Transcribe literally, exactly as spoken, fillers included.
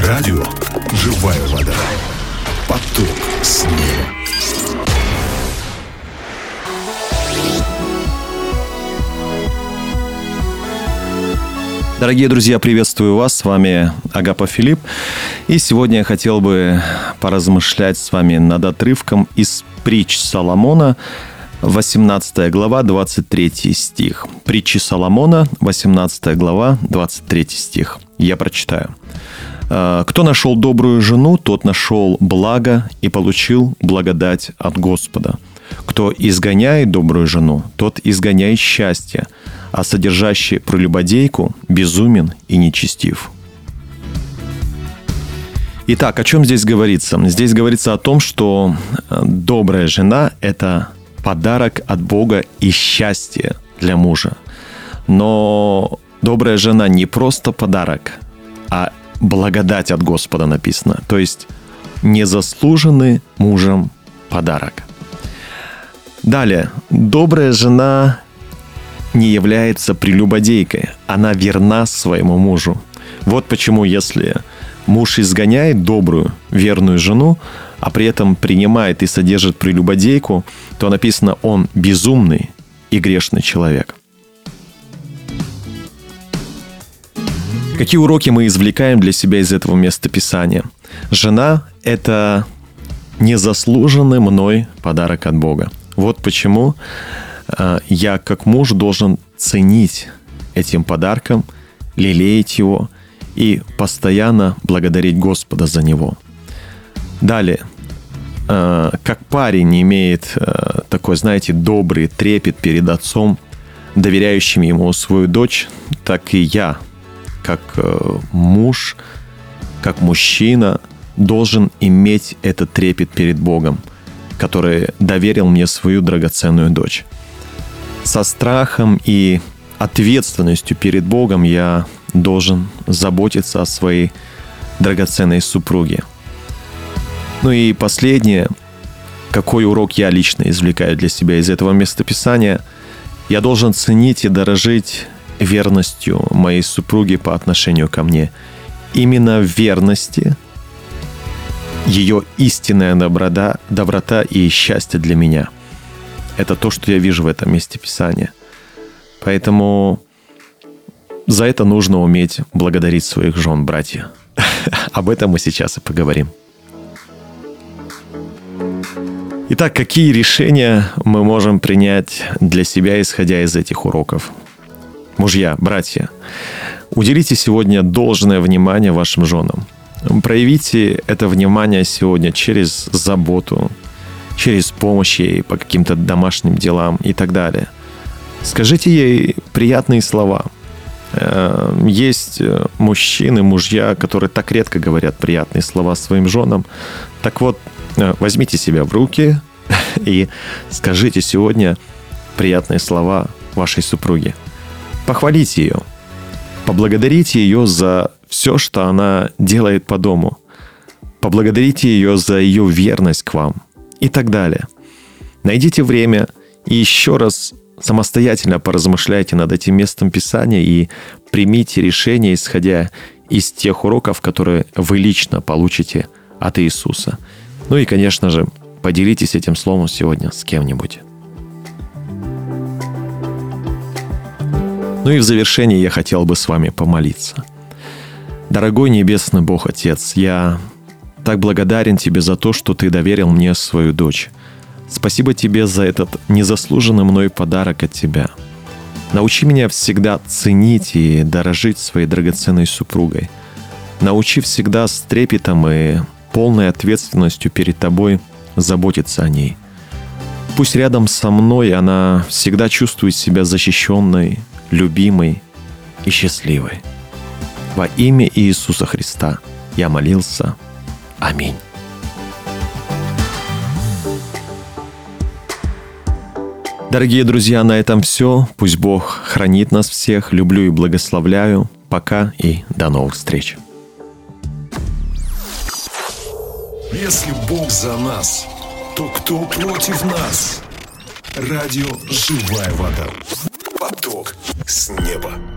Радио «Живая вода». Поток с неба. Дорогие друзья, приветствую вас. С вами Агапа Филипп. И сегодня я хотел бы поразмышлять с вами над отрывком из притч Соломона, восемнадцатая глава, двадцать третий стих. Притчи Соломона, восемнадцатая глава, двадцать третий стих. Я прочитаю. «Кто нашел добрую жену, тот нашел благо и получил благодать от Господа. Кто изгоняет добрую жену, тот изгоняет счастье, а содержащий прелюбодейку безумен и нечестив». Итак, о чем здесь говорится? Здесь говорится о том, что добрая жена – это подарок от Бога и счастье для мужа. Но добрая жена не просто подарок, а благодать от Господа написано. То есть незаслуженный мужем подарок. Далее. Добрая жена не является прелюбодейкой. Она верна своему мужу. Вот почему, если муж изгоняет добрую, верную жену, а при этом принимает и содержит прелюбодейку, то написано, он безумный и грешный человек. Какие уроки мы извлекаем для себя из этого местописания? Жена – это незаслуженный мной подарок от Бога. Вот почему я, как муж, должен ценить этим подарком, лелеять его и постоянно благодарить Господа за него. Далее, как парень имеет такой, знаете, добрый трепет перед отцом, доверяющим ему свою дочь, так и я, как муж, как мужчина, должен иметь этот трепет перед Богом, который доверил мне свою драгоценную дочь. Со страхом и ответственностью перед Богом я должен заботиться о своей драгоценной супруге. Ну и последнее, какой урок я лично извлекаю для себя из этого местописания. Я должен ценить и дорожить верностью моей супруги по отношению ко мне. Именно в верности ее истинная доброта, доброта и счастье для меня. Это то, что я вижу в этом месте Писания. Поэтому за это нужно уметь благодарить своих жен, братья. Об этом мы сейчас и поговорим. Итак, какие решения мы можем принять для себя, исходя из этих уроков? Мужья, братья, уделите сегодня должное внимание вашим женам. Проявите это внимание сегодня через заботу, через помощь ей по каким-то домашним делам и так далее. Скажите ей приятные слова. Есть мужчины, мужья, которые так редко говорят приятные слова своим женам. Так вот, возьмите себя в руки и скажите сегодня приятные слова вашей супруге. Похвалите ее. Поблагодарите ее за все, что она делает по дому. Поблагодарите ее за ее верность к вам. И так далее. Найдите время и еще раз самостоятельно поразмышляйте над этим местом Писания и примите решение, исходя из тех уроков, которые вы лично получите от Иисуса. Ну и, конечно же, поделитесь этим словом сегодня с кем-нибудь. Ну и в завершении я хотел бы с вами помолиться. Дорогой Небесный Бог Отец, я так благодарен Тебе за то, что Ты доверил мне свою дочь. Спасибо Тебе за этот незаслуженный мной подарок от Тебя. Научи меня всегда ценить и дорожить своей драгоценной супругой. Научи всегда с трепетом и полной ответственностью перед Тобой заботиться о ней. Пусть рядом со мной она всегда чувствует себя защищенной, любимой и счастливой. Во имя Иисуса Христа я молился. Аминь. Дорогие друзья, на этом все. Пусть Бог хранит нас всех. Люблю и благословляю. Пока и до новых встреч. Если Бог за нас, то кто против нас? Радио «Живая вода». Поток с неба.